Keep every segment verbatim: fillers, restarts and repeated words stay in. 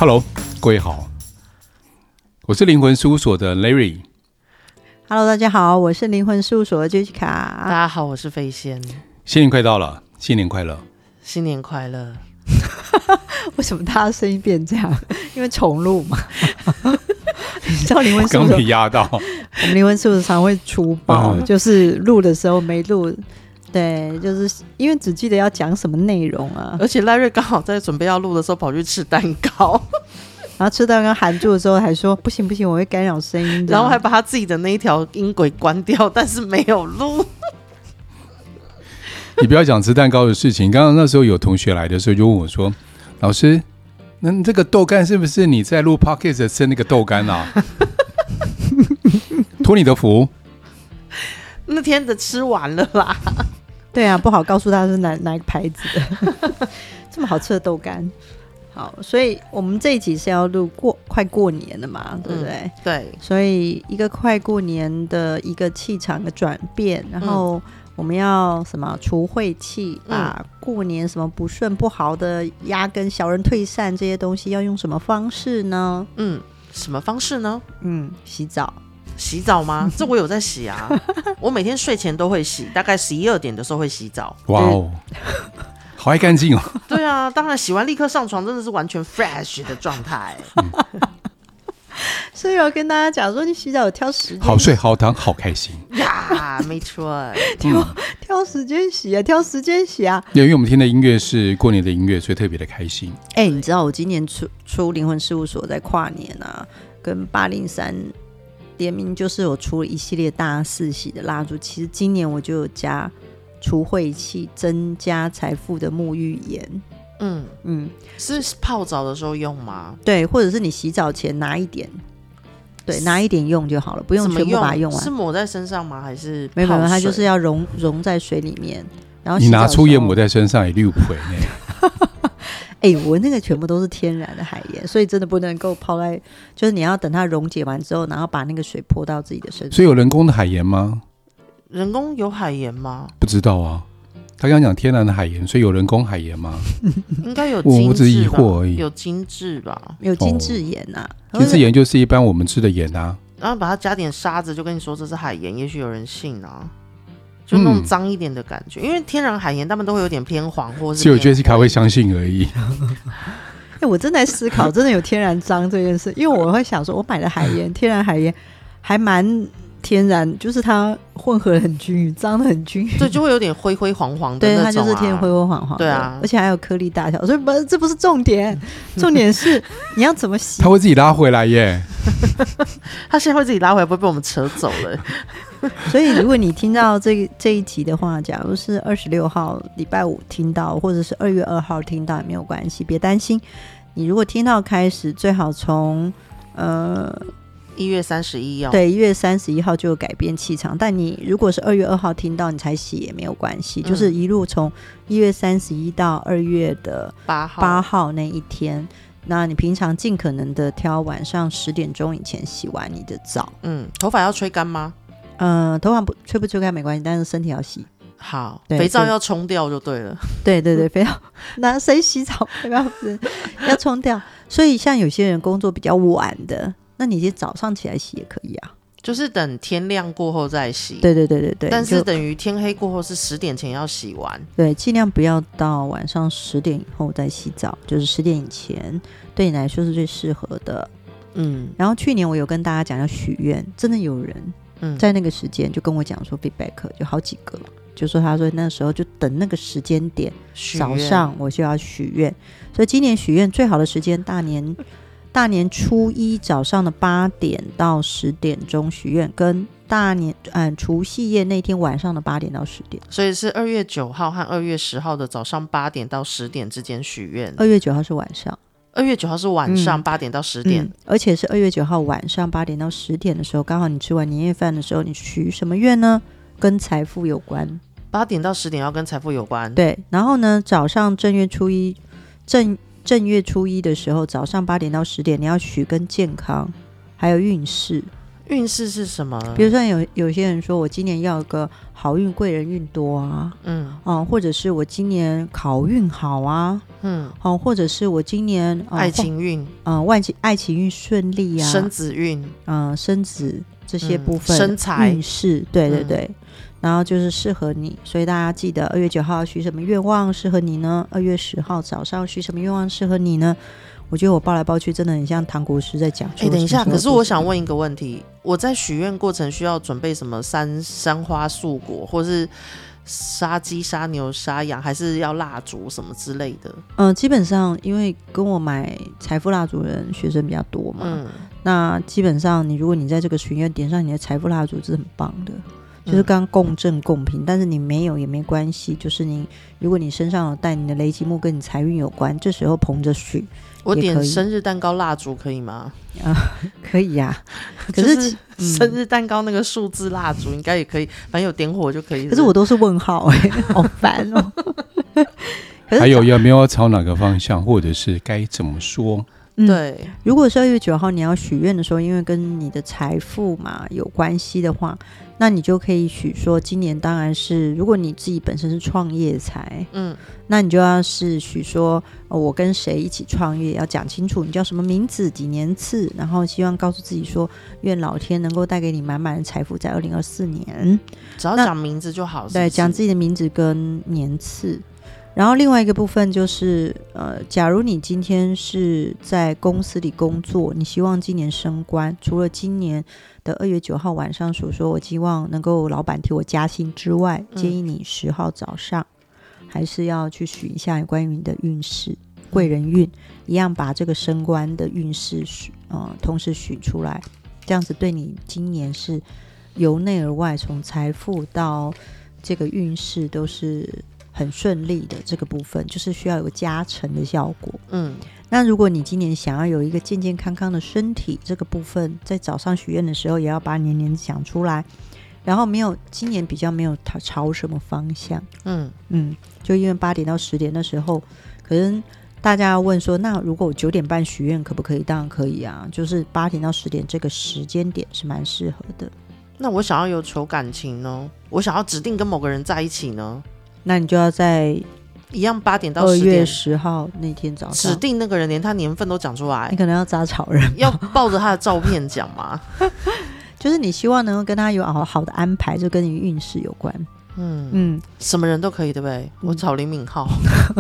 Hello， 各位好，我是灵魂事务所的 Larry。Hello， 大家好，我是灵魂事务所的 Jessica。 大家好，我是飞仙。 新年快到了，新年快乐， 新年快乐。 为什么大家声音变这样？因为重录嘛。你知道灵魂事务所刚被压到， 我们灵魂事务所常会出包，嗯、就是录的时候没录。对，就是因为只记得要讲什么内容啊， 而且赖瑞刚好在准备要录的时候跑去吃蛋糕， 然后吃蛋糕含住的时候还说不行不行，我会干扰声音， 然后还把他自己的那一条音轨关掉，但是没有录。 你不要讲吃蛋糕的事情。刚刚那时候有同学来的时候就问我说：“老师，那这个豆干是不是你在录 Podcast 吃那个豆干啊？”托你的福， 那天的吃完了啦。 对啊，不好告诉他是 哪, 哪一个牌子的。这么好吃的豆干。好，所以我们这一集是要录过快过年了嘛，对不对？嗯、 对。 所以一个快过年的一个气场的转变，然后我们要什么除晦气，把过年什么不顺不好的压根小人退散这些东西，要用什么方式呢？ 嗯，什么方式呢？ 嗯，洗澡。 洗澡吗？这我有在洗啊。我每天睡前都会洗，大概十一二点的时候会洗澡。 哇哦，好爱干净哦。 对啊，当然洗完立刻上床，真的是完全 fresh 的状态。嗯、 所以我跟大家讲说，你洗澡有挑时间， 好睡好躺好开心呀，没错。 挑、嗯、挑时间洗啊，挑时间洗啊。 因为我们听的音乐是过年的音乐，所以特别的开心。 哎、欸，你知道我今年出出灵魂事务所在跨年啊，跟八零三。联名就是我出了一系列大四喜的蜡烛，其实今年我就有加除晦气、增加财富的沐浴盐。 嗯嗯，是泡澡的时候用吗？ 对，或者是你洗澡前拿一点，对，拿一点用就好了，不用全部把它用完。 是抹在身上吗？还是没有没有，它就是要溶溶在水里面。然后你拿粗盐抹在身上也六回呢。 哎、欸，我那个全部都是天然的海盐，所以真的不能够泡在，就是你要等它溶解完之后，然后把那个水泼到自己的身上。 所以有人工的海盐吗？ 人工有海盐吗？ 不知道啊。他刚刚讲天然的海盐，所以有人工海盐吗？ 应该有精致吧， 我只疑惑而已。 有精致吧？ 有精致盐啊， 哦、精致盐就是一般我们吃的盐啊。 然后把它加点沙子，就跟你说这是海盐，也许有人信啊。就那种脏一点的感觉、嗯、因为天然海盐他们都会有点偏黄或是只有 Jessica 会相信而已。 欸、我真的在思考真的有天然脏这件事，因为我会想说我买的海盐天然海盐还蛮天然，就是它混合很均匀，脏的很均匀， 对，就会有点灰灰黄黄的那种、啊、 对，它就是天灰灰黄黄的，对啊，而且还有颗粒大小，所以不这不是重点，重点是你要怎么洗。 它会自己拉回来耶。 它现在会自己拉回来，不会被我们扯走了。 所以如果你听到这这一集的话，假如是二十六号礼拜五听到，或者是二月二号听到也没有关系，别担心。你如果听到开始，最好从呃一月三十一号， 对，一月三十一号就有改变气场。但你如果是二月二号听到你才洗也没有关系、嗯，就是一路从一月三十一到二月的八号八号那一天。那你平常尽可能的挑晚上十点钟以前洗完你的澡。 嗯，头发要吹干吗？ 呃，头发不吹不吹干没关系，但是身体要洗。 好，肥皂要冲掉就对了。 对对对，肥皂那谁洗澡要冲掉。所以像有些人工作比较晚的，那你早上起来洗也可以啊。 就是等天亮过后再洗。 对对对对对。 但是等于天黑过后是十点前要洗完。 对，尽量不要到晚上十点以后再洗澡，就是十点以前对你来说是最适合的。嗯。然后去年我有跟大家讲要许愿，真的有人在那个时间就跟我讲说 feedback， 就好几个，就说他说那时候就等那个时间点，早上我就要许愿。所以今年许愿最好的时间，大年。大年初一早上的八点到十点钟许愿，跟大年嗯除夕夜那天晚上的八点到十点， 所以是二月九号和二月十号的早上八点到十点之间许愿。 二月九号是晚上， 二月九号是晚上八点到十点、嗯嗯，而且是二月九号晚上八点到十点的时候，刚好你吃完年夜饭的时候，你许什么愿呢？跟财富有关。 八点到十点要跟财富有关。 对，然后呢，早上正月初一正。正月初一的时候，早上八点到十点，你要许跟健康还有运势运势是什么？ 比如说有有些人说我今年要有个好运贵人运多啊，嗯啊，或者是我今年考运好啊，嗯啊，或者是我今年、 啊、爱情运， 啊，外情爱情运顺利啊， 生子运， 嗯，生子这些部分， 嗯、身材运势，对对对。嗯，然后就是适合你，所以大家记得二月九号许什么愿望适合你呢？二月十号早上许什么愿望适合你呢？我觉得我报来报去真的很像唐国师在讲。 哎，等一下，可是我想问一个问题，我在许愿过程需要准备什么山山花素果，或是杀鸡杀牛杀羊，还是要蜡烛什么之类的？ 嗯、呃，基本上因为跟我买财富蜡烛的人学生比较多嘛，嗯，那基本上你如果你在这个许愿点上你的财富蜡烛是很棒的。就是刚共振共频、嗯、但是你没有也没关系，就是你如果你身上有带你的雷击木跟你财运有关，这时候捧着许我点生日蛋糕蜡烛可以吗？ 啊，可以呀、啊。可是、就是生日蛋糕那个数字蜡烛应该也可以，反正有点火就可以。 可是我都是问号哎、欸，好烦哦。 还有要没有朝哪个方向，或者是该怎么说？ 嗯、对，如果是二月九号你要许愿的时候，因为跟你的财富嘛有关系的话，那你就可以许说，今年当然是如果你自己本身是创业财，嗯，那你就要是许说、哦、我跟谁一起创业，要讲清楚你叫什么名字几年次，然后希望告诉自己说愿老天能够带给你满满的财富在二零二四年， 只要讲名字就好。是不是？ 对，讲自己的名字跟年次。然后另外一个部分就是呃，假如你今天是在公司里工作，你希望今年升官，除了今年的二月九号晚上所说我希望能够老板替我加薪之外、嗯、建议你十号早上还是要去许一下有关于你的运势贵人运，一样把这个升官的运势、呃、同时许出来，这样子对你今年是由内而外，从财富到这个运势都是很顺利的，这个部分就是需要有加成的效果。嗯，那如果你今年想要有一个健健康康的身体，这个部分在早上许愿的时候也要把年年想出来，然后没有今年比较没有朝什么方向。嗯嗯，就因为八点到十点的时候，可能大家要问说，那如果我九点半许愿可不可以？当然可以啊，就是八点到十点这个时间点是蛮适合的。 那我想要有求感情呢？我想要指定跟某个人在一起呢？ 那你就要在一样八点到十点， 二月十号那天早上指定那个人，连他年份都讲出来。 你可能要杂草人， 要抱着他的照片讲吗？ 就是你希望能够跟他有好好的安排，就跟你运势有关。嗯嗯， 什么人都可以，对不对？我找林敏镐。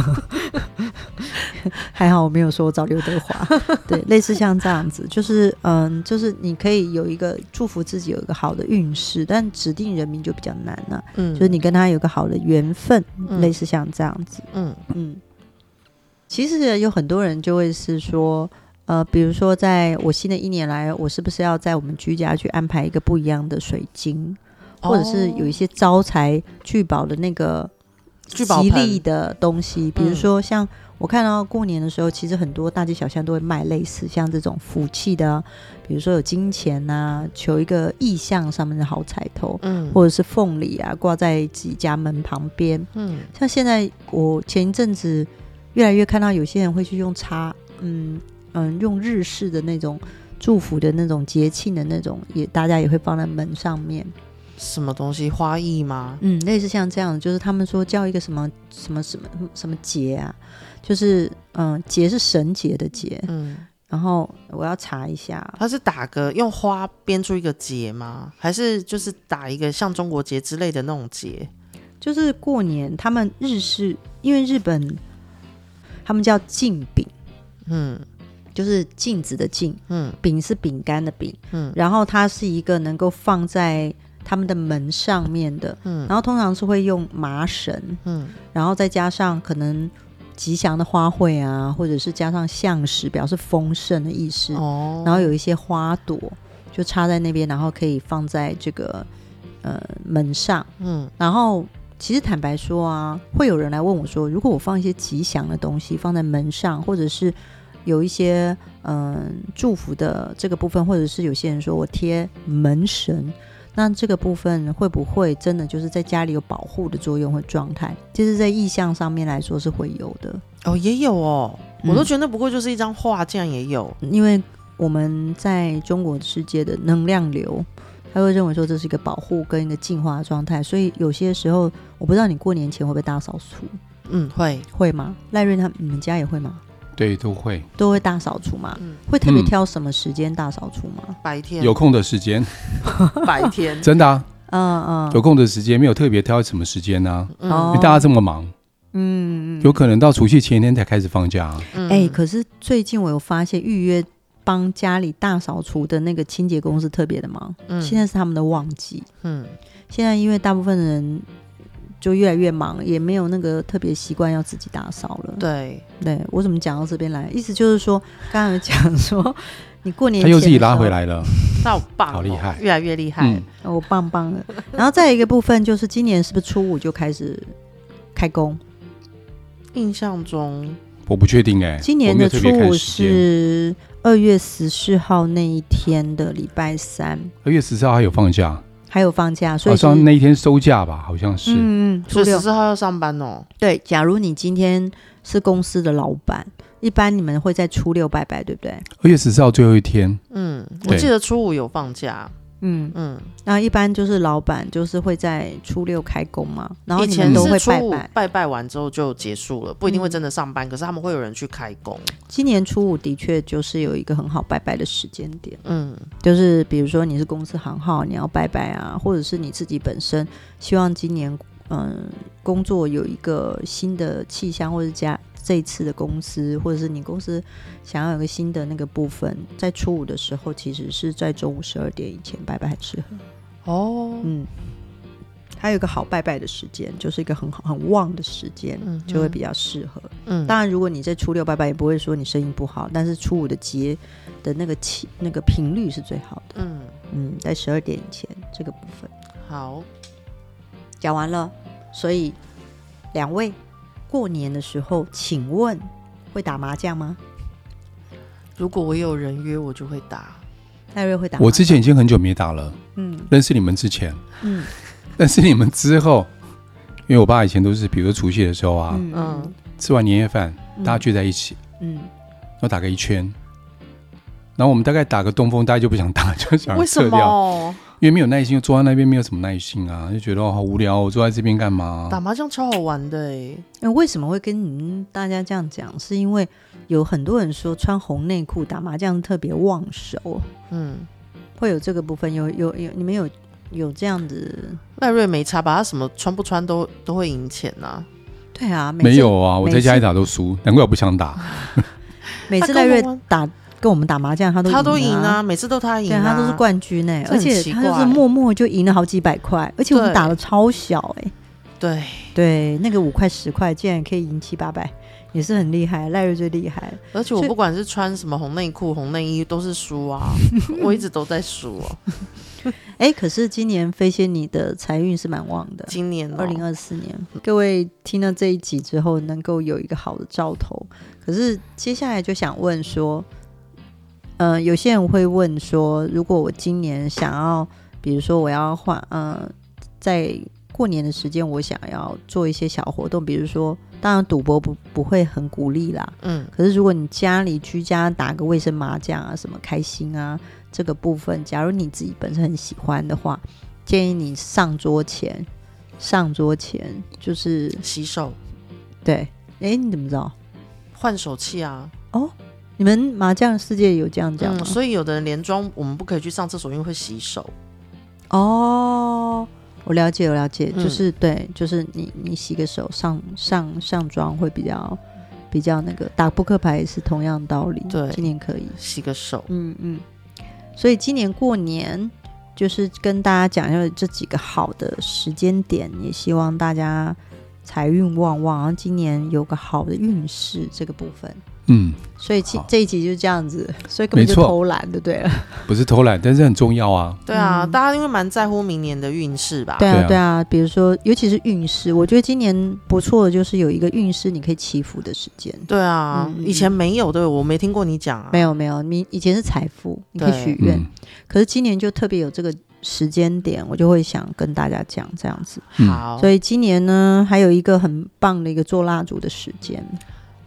还好我没有说我找刘德华。对，类似像这样子，就是嗯，就是你可以有一个祝福自己有一个好的运势，但指定人名就比较难了、啊。嗯，就是你跟他有个好的缘分、嗯，类似像这样子。嗯嗯，其实有很多人就会是说，呃，比如说在我新的一年来，我是不是要在我们居家去安排一个不一样的水晶？或者是有一些招财聚宝的那个吉利的东西，比如说像我看到过年的时候，其实很多大街小巷都会卖类似像这种福气的、啊，比如说有金钱啊，求一个意象上面的好彩头，嗯，或者是凤梨啊，挂在自己家门旁边，嗯，像现在我前一阵子越来越看到有些人会去用插，嗯嗯，用日式的那种祝福的那种节庆的那种，也大家也会放在门上面。 什么东西花艺吗？ 嗯，类似像这样，就是他们说叫一个什么什么什么什么节啊，就是嗯，节是神节的节，嗯，然后我要查一下， 他是打个用花编出一个节吗？还是就是打一个像中国节之类的那种节？ 就是过年他们日式，因为日本他们叫镜饼，嗯，就是镜子的镜，嗯，饼是饼干的饼，嗯，然后它是一个能够放在他们的门上面的，嗯，然后通常是会用麻绳，嗯，然后再加上可能吉祥的花卉啊，或者是加上象石，表示丰盛的意思，哦，然后有一些花朵就插在那边，然后可以放在这个呃门上，嗯，然后其实坦白说啊，会有人来问我说，如果我放一些吉祥的东西放在门上，或者是有一些嗯、呃、祝福的这个部分，或者是有些人说我贴门神，那这个部分会不会真的就是在家里有保护的作用或状态？其实在意象上面来说是会有的。 哦，也有哦，我都觉得那不过就是一张画，竟然也有。 因为我们在中国世界的能量流，他会认为说这是一个保护跟一个进化的状态，所以有些时候我不知道你过年前会不会大扫除。 嗯，会会吗？赖瑞他你们家也会吗？ 对，都会都会大扫除嘛、嗯、会特别挑什么时间大扫除吗、嗯、 白天有空的时间白天真的啊， 嗯嗯， 有空的时间没有特别挑什么时间啊、嗯、因为大家这么忙， 嗯， 有可能到除夕前一天才开始放假、啊嗯欸、可是最近我有发现预约帮家里大扫除的那个清洁公司特别的忙、嗯、现在是他们的旺季。嗯，现在因为大部分人就越来越忙，也没有那个特别习惯要自己打扫了。 对对，我怎么讲到这边来？意思就是说，刚刚有讲说，你过年前他又自己拉回来了， 他好棒、哦， 好厉害， 越来越厉害， 嗯、我棒棒的。然后再一个部分就是，今年是不是初五就开始开工？ 印象中我不确定哎、欸， 今年的初五是二月十四号那一天的礼拜三。 二月十四号还有放假？ 还有放假，所以好像那一天收假吧，好像是。 嗯， 所以十四号要上班哦。 对，假如你今天是公司的老板，一般你们会在初六拜拜，对不对？ 二月十四号最后一天。 嗯，我记得初五有放假。 嗯嗯，那一般就是老板就是会在初六开工嘛，然后你们都会拜拜，拜拜完之后就结束了，不一定会真的上班、嗯、可是他们会有人去开工。 今年初五的确就是有一个很好拜拜的时间点，嗯，就是比如说你是公司行号，你要拜拜啊，或者是你自己本身希望今年嗯工作有一个新的气象，或者加这一次的公司，或者是你公司想要有个新的那个部分，在初五的时候其实是在中午十二点以前拜拜很适合哦。嗯，还有一个好拜拜的时间，就是一个很好很旺的时间、嗯、就会比较适合。嗯，当然如果你在初六拜拜也不会说你生意不好，但是初五的节的那个气那个频率是最好的。嗯嗯，在十二点以前这个部分好讲完了。所以两位过年的时候请问会打麻将吗？ 如果我有人约我就会打。 戴瑞会打麻将？ 我之前已经很久没打了，嗯，认识你们之前，嗯，认识你们之后，因为我爸以前都是比如说除夕的时候啊，嗯，吃完年夜饭、嗯、大家聚在一起，嗯，然后打个一圈，然后我们大概打个东风大家就不想打，就想撤掉。为什么？因为没有耐心，坐在那边没有什么耐心啊，就觉得、哦、好无聊，我坐在这边干嘛？ 打麻将超好玩的耶、 欸、为什么会跟你们大家这样讲？是因为有很多人说穿红内裤打麻将特别旺手，嗯，会有这个部分，有有有，你们有有这样子？ 赖瑞没差吧？他什么穿不穿都都会赢钱啊？ 对啊， 没有啊，我在家里打都输，难怪我不想打。 每次赖瑞打。跟我们打麻将他都赢、啊、 他都赢啊，每次都他赢、啊、 对，他都是冠军哎、欸，而且他就是默默就赢了好几百块，而且我们打的超小哎、欸， 对对，那个五块十块竟然可以赢七八百，也是很厉害，赖瑞最厉害。 而且我不管是穿什么红内裤红内衣都是输啊，我一直都在输哦。 哎、欸，可是今年飞仙你的财运是蛮旺的， 今年二零二四年，各位听到这一集之后能够有一个好的兆头。可是接下来就想问说。呃，有些人会问说，如果我今年想要，比如说我要换，呃，在过年的时间，我想要做一些小活动，比如说，当然赌博不不会很鼓励啦，嗯，可是如果你家里居家打个卫生麻将啊，什么开心啊，这个部分，假如你自己本身很喜欢的话，建议你上桌前，上桌前就是洗手， 对，哎，你怎么知道？ 换手气啊， 哦。你们麻将世界有这样讲吗、 嗯、所以有的人连庄我们不可以去上厕所，因为会洗手。 哦，我了解，我了解，嗯、就是对，就是你你洗个手上上上庄会比较比较那个，打扑克牌也是同样道理。 对， 今年可以洗个手。 嗯嗯，所以今年过年就是跟大家讲，有这几个好的时间点，也希望大家财运旺旺，然后今年有个好的运势这个部分。嗯，所以这一集就是这样子，所以根本就偷懒就对了。 不是偷懒，但是很重要啊。 对啊、嗯，大家因为蛮在乎明年的运势吧？ 对啊，对啊。比如说，尤其是运势，我觉得今年不错的就是有一个运势你可以祈福的时间。对啊、嗯，以前没有，对，我没听过你讲啊。 没有没有，你以前是财富，你可以许愿、嗯，可是今年就特别有这个时间点，我就会想跟大家讲这样子。 好， 所以今年呢，还有一个很棒的一个做蜡烛的时间。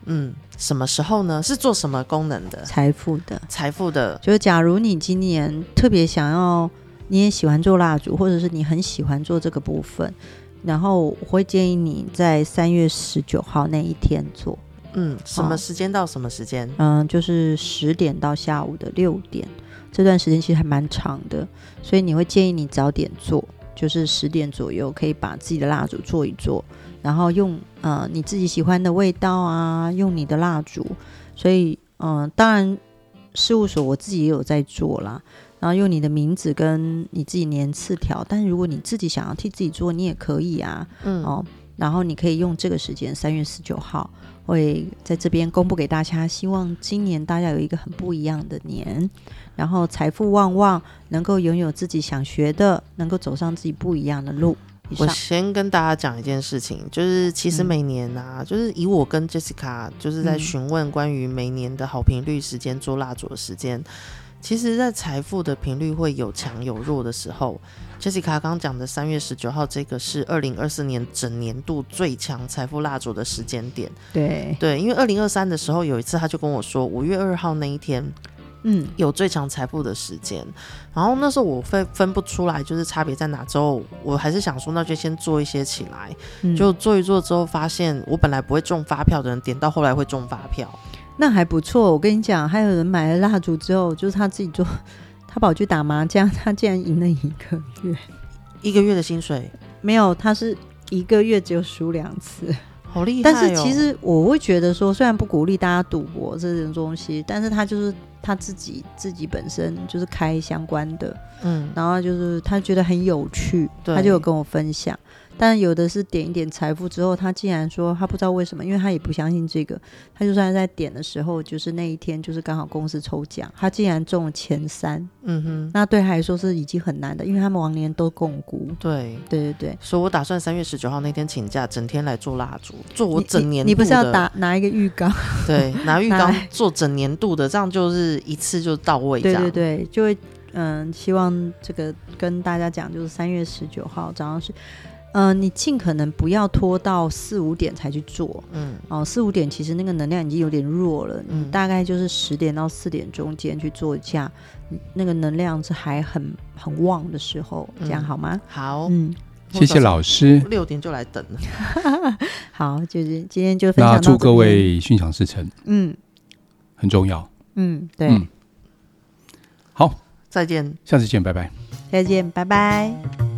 嗯，什么时候呢？是做什么功能的？ 财富的， 财富的。 就是假如你今年特别想要，你也喜欢做蜡烛，或者是你很喜欢做这个部分，然后我会建议你在三月十九号那一天做。 嗯，什么时间到什么时间？ 嗯，就是十点到下午的六点，这段时间其实还蛮长的，所以你会建议你早点做，就是十点左右可以把自己的蜡烛做一做，然后用呃你自己喜欢的味道啊，用你的蜡烛。所以嗯、呃，当然事务所我自己也有在做啦，然后用你的名字跟你自己年次条，但如果你自己想要替自己做，你也可以啊。嗯哦，然后你可以用这个时间，三月十九号会在这边公布给大家，希望今年大家有一个很不一样的年，然后财富旺旺，能够拥有自己想学的，能够走上自己不一样的路。 我先跟大家讲一件事情，就是其实每年啊、嗯、就是以我跟 Jessica 就是在询问关于每年的好频率时间做蜡烛的时间、嗯、其实在财富的频率会有强有弱的时候， Jessica 刚刚讲的三月十九号这个是二零二四年整年度最强财富蜡烛的时间点。 对对，因为二零二三的时候有一次他就跟我说五月二号那一天嗯，有最强财富的时间，然后那时候我分分不出来就是差别在哪，之后我还是想说那就先做一些起来、嗯、就做一做之后发现我本来不会中发票的人点到后来会中发票， 那还不错。我跟你讲，还有人买了蜡烛之后就是他自己做，他跑去打麻将，他竟然赢了一个月一个月的薪水没有，他是一个月只有输两次， 好厉害哦。 但是其实我会觉得说，虽然不鼓励大家赌博这种东西，但是他就是他自己自己本身就是开相关的，嗯，然后就是他觉得很有趣，他就有跟我分享。但有的是点一点财富之后，他竟然说他不知道为什么，因为他也不相信这个，他就算在点的时候，就是那一天就是刚好公司抽奖，他竟然中了前三，嗯哼，那对他来说是已经很难的，因为他们往年都共估。 对对对对， 所以我打算三月十九号那天请假，整天来做蜡烛，做我整年度的。 你, 你不是要打拿一个浴缸？ 对，拿浴缸做整年度的，这样就是一次就到位。 对对对，就会嗯，希望这个跟大家讲，就是三月十九号早上是。嗯、呃，你尽可能不要拖到四五点才去做，嗯，哦，四五点其实那个能量已经有点弱了，嗯，你大概就是十点到四点中间去做一下，那个能量是还很很旺的时候，这样好吗？ 好， 嗯， 谢谢老师， 六点就来等了。 好，就是今天就分享到这边。 那祝各位心想事成，嗯，很重要， 嗯，对， 嗯，好， 再见， 下次见，拜拜， 再见，拜拜。